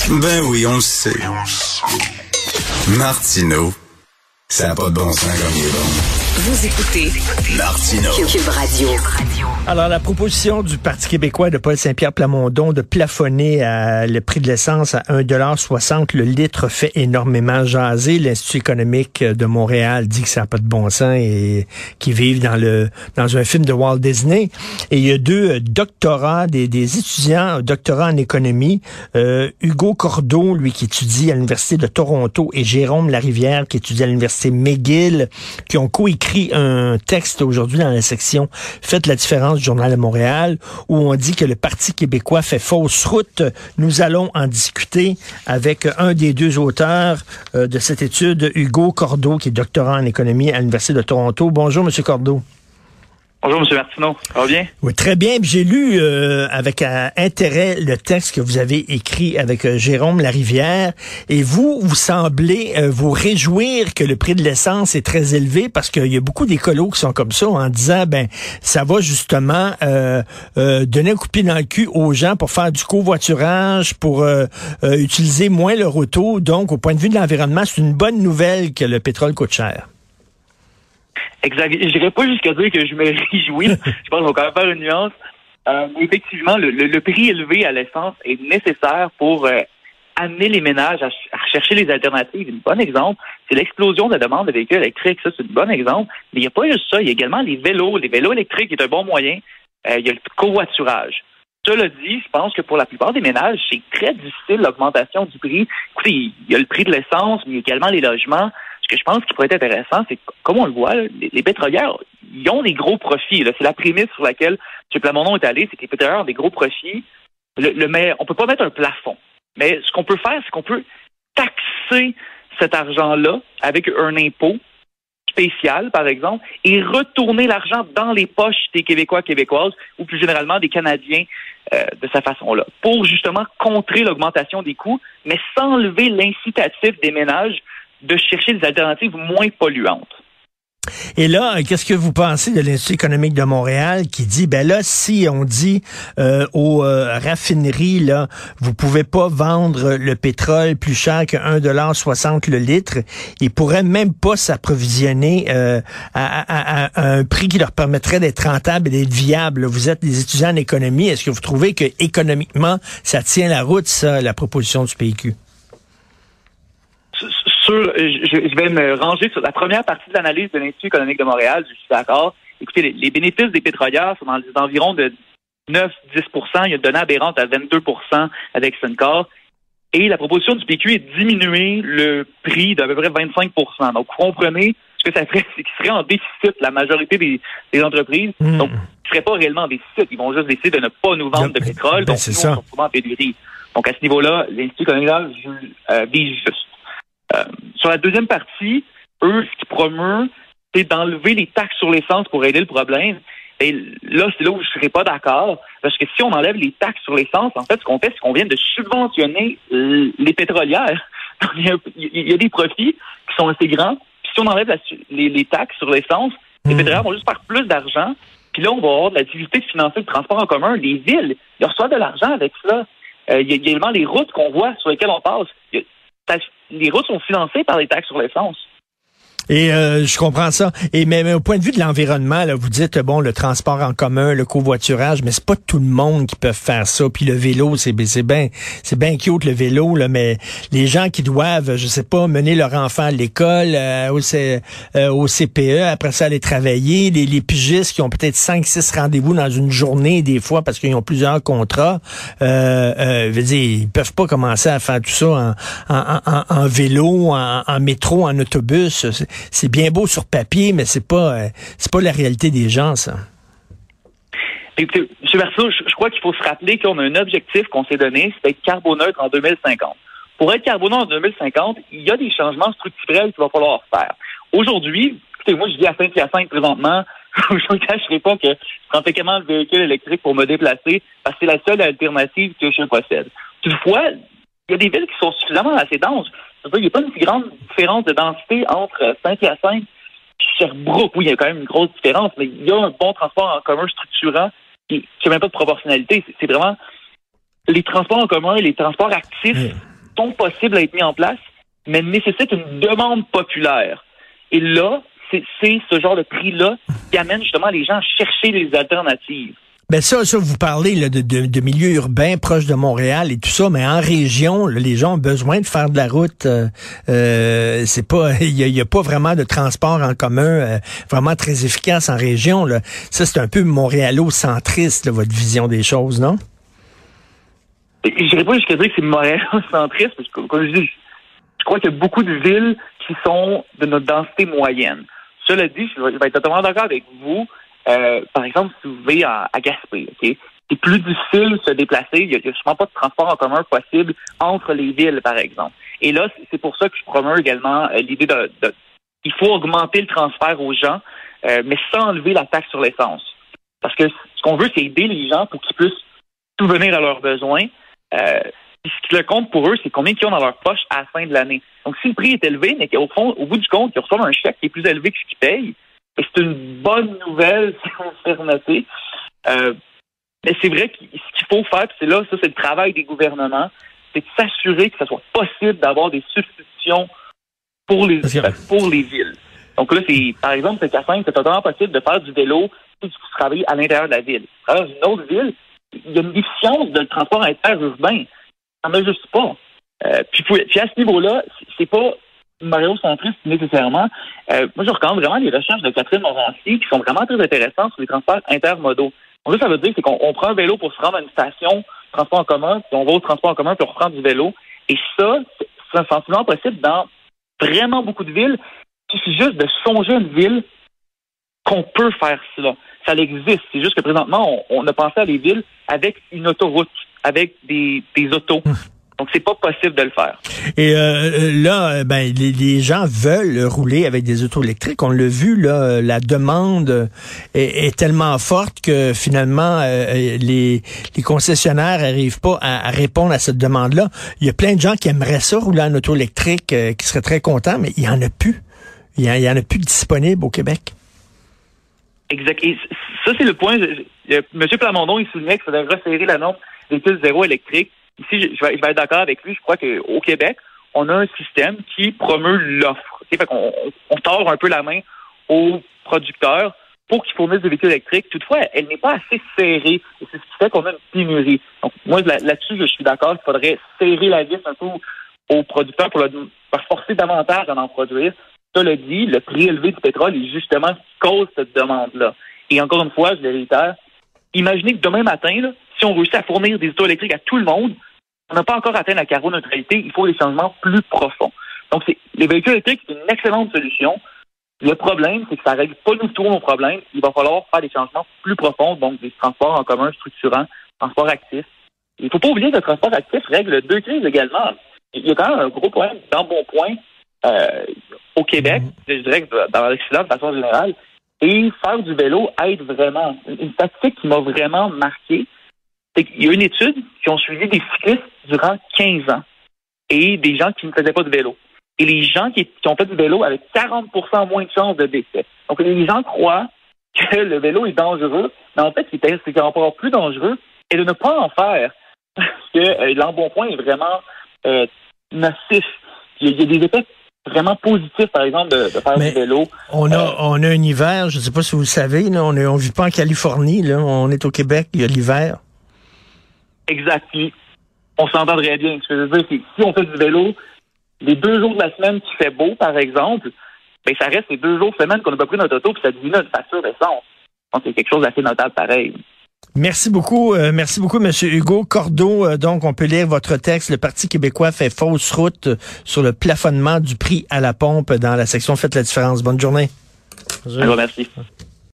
Ben oui, on le sait. Martineau, ça n'a pas de bon sens comme il est bon. Vous écoutez Martineau. Cube Radio. Alors, la proposition du Parti québécois de Paul Saint-Pierre Plamondon de plafonner le prix de l'essence à 1,60 $ le litre fait énormément jaser. L'Institut économique de Montréal dit que ça n'a pas de bon sens et qu'ils vivent dans un film de Walt Disney. Et il y a deux doctorats, des étudiants, doctorats en économie. Hugo Cordeau, lui, qui étudie à l'Université de Toronto, et Jérôme Larivière, qui étudie à l'Université McGill, qui ont coécrit un texte aujourd'hui dans la section « Faites la différence » du Journal de Montréal, où on dit que le Parti québécois fait fausse route. Nous allons en discuter avec un des deux auteurs de cette étude, Hugo Cordeau, qui est doctorant en économie à l'Université de Toronto. Bonjour, M. Cordeau. Bonjour, M. Martineau. Ça va bien? Oui, très bien. J'ai lu avec intérêt le texte que vous avez écrit avec Jérôme Larivière. Et vous semblez vous réjouir que le prix de l'essence est très élevé parce qu'il y a beaucoup d'écolos qui sont comme ça en disant, ça va justement donner un coup de pied dans le cul aux gens pour faire du covoiturage, pour utiliser moins leur auto. Donc, au point de vue de l'environnement, c'est une bonne nouvelle que le pétrole coûte cher. Exact. Je n'irai pas jusqu'à dire que je me réjouis. Je pense qu'on va quand même faire une nuance. Effectivement, le prix élevé à l'essence est nécessaire pour amener les ménages à chercher les alternatives. Un bon exemple, c'est l'explosion de la demande de véhicules électriques. Ça, c'est un bon exemple. Mais il n'y a pas juste ça. Il y a également les vélos. Les vélos électriques est un bon moyen. Il y a le covoiturage. Cela dit, je pense que pour la plupart des ménages, c'est très difficile l'augmentation du prix. Écoutez, il y a le prix de l'essence, mais également les logements. Ce que je pense qui pourrait être intéressant, c'est comme on le voit, les pétrolières, ils ont des gros profits. Là. C'est la prémisse sur laquelle M. Plamondon est allé, c'est que les pétrolières ont des gros profits. On peut pas mettre un plafond. Mais ce qu'on peut faire, c'est qu'on peut taxer cet argent-là avec un impôt spécial, par exemple, et retourner l'argent dans les poches des Québécois, Québécoises, ou plus généralement des Canadiens de cette façon-là, pour justement contrer l'augmentation des coûts, mais sans enlever l'incitatif des ménages de chercher des alternatives moins polluantes. Et là, qu'est-ce que vous pensez de l'Institut économique de Montréal qui dit, si on dit aux raffineries, là, vous pouvez pas vendre le pétrole plus cher que 1,60 $ le litre, ils pourraient même pas s'approvisionner à un prix qui leur permettrait d'être rentable et d'être viable. Vous êtes des étudiants en économie. Est-ce que vous trouvez que économiquement, ça tient la route, ça, la proposition du PQ? Je vais me ranger sur la première partie de l'analyse de l'Institut économique de Montréal. Je suis d'accord. Écoutez, les bénéfices des pétrolières sont dans les environs de 9-10 %. Il y a une donnée aberrante à 22 % avec Suncor. Et la proposition du PQ est de diminuer le prix d'à peu près 25 %. Donc, vous comprenez, ce que ça ferait, c'est qu'ils seraient en déficit, la majorité des entreprises. Donc, ils ne seraient pas réellement en déficit. Ils vont juste décider de ne pas nous vendre de pétrole. Donc, c'est nous, ça. on se retrouve en pénurie. Donc, à ce niveau-là, l'Institut économique vise juste. Sur la deuxième partie, eux, ce qu'ils promeuvent, c'est d'enlever les taxes sur l'essence pour aider le problème. Et là, c'est là où je ne serais pas d'accord, parce que si on enlève les taxes sur l'essence, en fait, ce qu'on fait, c'est qu'on vient de subventionner les pétrolières. Il y a des profits qui sont assez grands. Puis si on enlève les taxes sur l'essence, les pétrolières vont juste faire plus d'argent. Puis là, on va avoir de la difficulté de financer le transport en commun. Les villes, ils reçoivent de l'argent avec ça. Il y a également les routes qu'on voit, sur lesquelles on passe. Les routes sont financées par les taxes sur l'essence. Et je comprends ça. Mais au point de vue de l'environnement, là, vous dites le transport en commun, le covoiturage, mais c'est pas tout le monde qui peut faire ça. Puis le vélo, c'est bien cute le vélo, là, mais les gens qui doivent, je sais pas, mener leur enfant à l'école, au CPE, après ça aller travailler, les pigistes qui ont peut-être 5-6 rendez-vous dans une journée des fois parce qu'ils ont plusieurs contrats, je veux dire, ils peuvent pas commencer à faire tout ça en vélo, en métro, en autobus. C'est bien beau sur papier, mais c'est pas la réalité des gens, ça. Écoutez, M. Marceau, je crois qu'il faut se rappeler qu'on a un objectif qu'on s'est donné, c'est d'être carboneutre en 2050. Pour être carboneutre en 2050, il y a des changements structurels qu'il va falloir faire. Aujourd'hui, écoutez, moi, je vis à Saint-Hyacinthe présentement. Je ne cacherai pas que je prends fréquemment le véhicule électrique pour me déplacer parce que c'est la seule alternative que je possède. Toutefois, il y a des villes qui sont suffisamment assez denses. Il n'y a pas une si grande différence de densité entre Saint-Hyacinthe et Sherbrooke. Oui, il y a quand même une grosse différence, mais il y a un bon transport en commun structurant qui n'a même pas de proportionnalité. C'est vraiment les transports en commun et les transports actifs sont possibles à être mis en place, mais nécessitent une demande populaire. Et là, c'est ce genre de prix-là qui amène justement les gens à chercher des alternatives. Ben ça, vous parlez là, de milieux urbains proches de Montréal et tout ça, mais en région, là, les gens ont besoin de faire de la route. C'est pas, il y a pas vraiment de transport en commun vraiment très efficace en région. Là. Ça, c'est un peu montréalo-centriste, là, votre vision des choses, non? Je dirais pas jusqu'à dire que c'est montréalo-centriste, parce que comme je dis, je crois qu'il y a beaucoup de villes qui sont de notre densité moyenne. Cela dit, je vais être totalement d'accord avec vous. Par exemple, si vous vivez à Gaspé, ok, c'est plus difficile de se déplacer. Il y a sûrement pas de transport en commun possible entre les villes, par exemple. Et là, c'est pour ça que je promeux également l'idée il faut augmenter le transfert aux gens, mais sans enlever la taxe sur l'essence. Parce que ce qu'on veut, c'est aider les gens pour qu'ils puissent subvenir à leurs besoins. Ce qui le compte pour eux, c'est combien ils ont dans leur poche à la fin de l'année. Donc, si le prix est élevé, mais qu'au fond, au bout du compte, ils reçoivent un chèque qui est plus élevé que ce qu'ils payent, c'est une bonne nouvelle, si on se fait remonter. Mais c'est vrai que ce qu'il faut faire, puis ça, c'est le travail des gouvernements, c'est de s'assurer que ce soit possible d'avoir des substitutions pour les villes. Donc là, par exemple, c'est qu'à Sainte, c'est totalement possible de faire du vélo si tu travailles à l'intérieur de la ville. Alors, dans une autre ville, il y a une déficience de transport interurbain. Ça n'en a juste pas. Puis à ce niveau-là, c'est pas montréalo-centriste nécessairement. Moi, je recommande vraiment les recherches de Catherine Morancy qui sont vraiment très intéressantes sur les transports intermodaux. Donc ça veut dire qu'on prend un vélo pour se rendre à une station de transport en commun, puis on va au transport en commun, puis on reprend du vélo. Et ça, c'est un sentiment possible dans vraiment beaucoup de villes. Il suffit juste de songer à une ville qu'on peut faire cela. Ça existe. C'est juste que présentement, on a pensé à des villes avec une autoroute, avec des autos. Donc, c'est pas possible de le faire. Et là, les gens veulent rouler avec des autos électriques. On l'a vu, là, la demande est tellement forte que finalement, les concessionnaires n'arrivent pas à répondre à cette demande-là. Il y a plein de gens qui aimeraient ça, rouler en auto électrique, qui seraient très contents, mais il y en a plus. Il y en a plus disponibles au Québec. Exact. Et ça, c'est le point. M. Plamondon, il soulignait qu'il faudrait resserrer la norme des véhicules zéro électriques. Ici, je vais être d'accord avec lui. Je crois qu'au Québec, on a un système qui promeut l'offre. Fait qu'on tord un peu la main aux producteurs pour qu'ils fournissent des véhicules électriques. Toutefois, elle n'est pas assez serrée. Et c'est ce qui fait qu'on a une pénurie. Donc, moi, là-dessus, je suis d'accord qu'il faudrait serrer la vis un peu aux producteurs pour forcer davantage à en produire. Cela dit, le prix élevé du pétrole est justement ce qui cause cette demande-là. Et encore une fois, je le réitère, imaginez que demain matin, là, si on réussit à fournir des autos électriques à tout le monde, on n'a pas encore atteint la carboneutralité, il faut des changements plus profonds. Donc, les véhicules électriques, c'est une excellente solution. Le problème, c'est que ça ne règle pas du tout nos problèmes. Il va falloir faire des changements plus profonds, donc des transports en commun structurants, transports actifs. Il ne faut pas oublier que le transport actif règle deux crises également. Il y a quand même un gros problème d'embonpoint au Québec, je dirais que dans l'Occident de façon générale, et faire du vélo aide vraiment. Une statistique qui m'a vraiment marqué, c'est qu'il y a une étude qui ont suivi des cyclistes durant 15 ans et des gens qui ne faisaient pas de vélo. Et les gens qui ont fait du vélo avaient 40% moins de chances de décès. Donc, les gens croient que le vélo est dangereux, mais en fait, c'est encore plus dangereux et de ne pas en faire parce que l'embonpoint est vraiment nocif. Il y a des effets vraiment positif, par exemple, de faire du vélo. On a un hiver, je ne sais pas si vous le savez, là, on ne vit pas en Californie, là, on est au Québec, il y a l'hiver. Exact. Puis, on s'entend très bien. Ce que je veux dire, c'est que si on fait du vélo, les 2 jours de la semaine qui fait beau, par exemple, ben ça reste les 2 jours de semaine qu'on n'a pas pris notre auto, puis ça diminue notre facture d'essence. Donc, c'est quelque chose d'assez notable pareil. Merci beaucoup, M. Hugo Cordeau. Donc, on peut lire votre texte. Le Parti québécois fait fausse route sur le plafonnement du prix à la pompe dans la section Faites la différence. Bonne journée. Je vous remercie.